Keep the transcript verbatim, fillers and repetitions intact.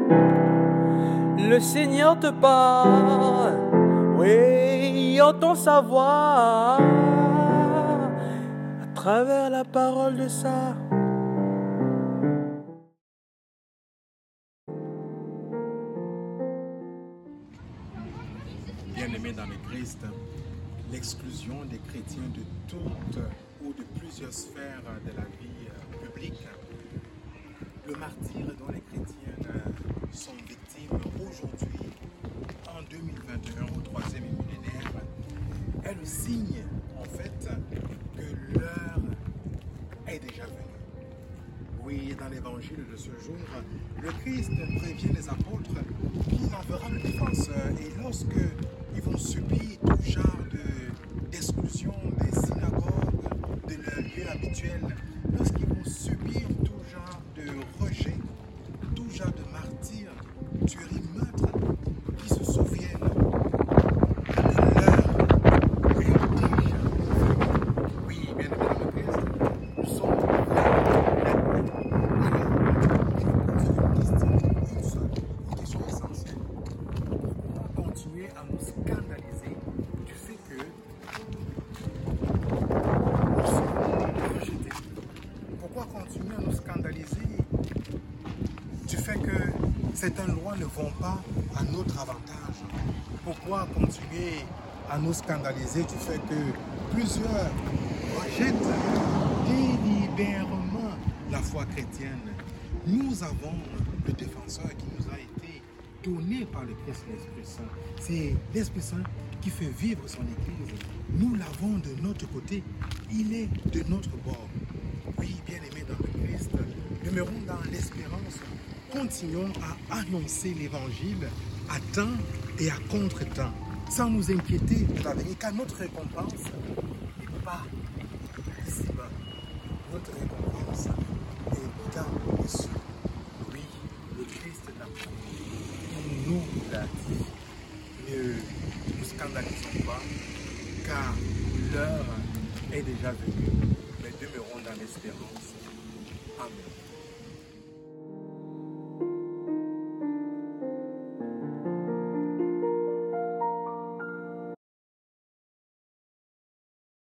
Le Seigneur te parle, oui, entend sa voix à travers la parole de ça. Bien-aimés dans le Christ, l'exclusion des chrétiens de toutes ou de plusieurs sphères de la vie publique, le martyre dont les chrétiens sont victimes aujourd'hui, en deux mille vingt et un, au troisième millénaire, est le signe, en fait, que l'heure est déjà venue. Oui, dans l'évangile de ce jour, le Christ prévient les apôtres qu'il enverra le défenseur, et lorsque ils vont subir tout genre de, d'exclusion des synagogues, de leur lieu habituel, lorsqu'ils vont subir tout genre de rejet, tout genre de martyrs, tueries, meurtres, qui se souviennent que l'heure est déjà. Oui, bien aimé dans le Christ, nous sommes continuer à nous scandaliser du fait que nous sommes rejetés. Pourquoi continuer à nous scandaliser du fait que certaines lois ne vont pas à notre avantage? Pourquoi continuer à nous scandaliser du fait que plusieurs rejettent délibérément la foi chrétienne? Nous avons le défenseur qui nous a été donné par le Christ, l'Esprit Saint. C'est l'Esprit Saint qui fait vivre son Église. Nous l'avons de notre côté. Il est de notre bord. Oui, bien-aimés dans le Christ, demeurons dans l'espérance. Continuons à annoncer l'Évangile à temps et à contre-temps, sans nous inquiéter de l'avenir, car notre récompense n'est pas ici-bas. Notre récompense est dans les cieux. Oui, le Christ l'a promis. Nous l'a dit. Ne nous scandalisons pas, car l'heure est déjà venue, mais demeurons dans l'espérance. Amen.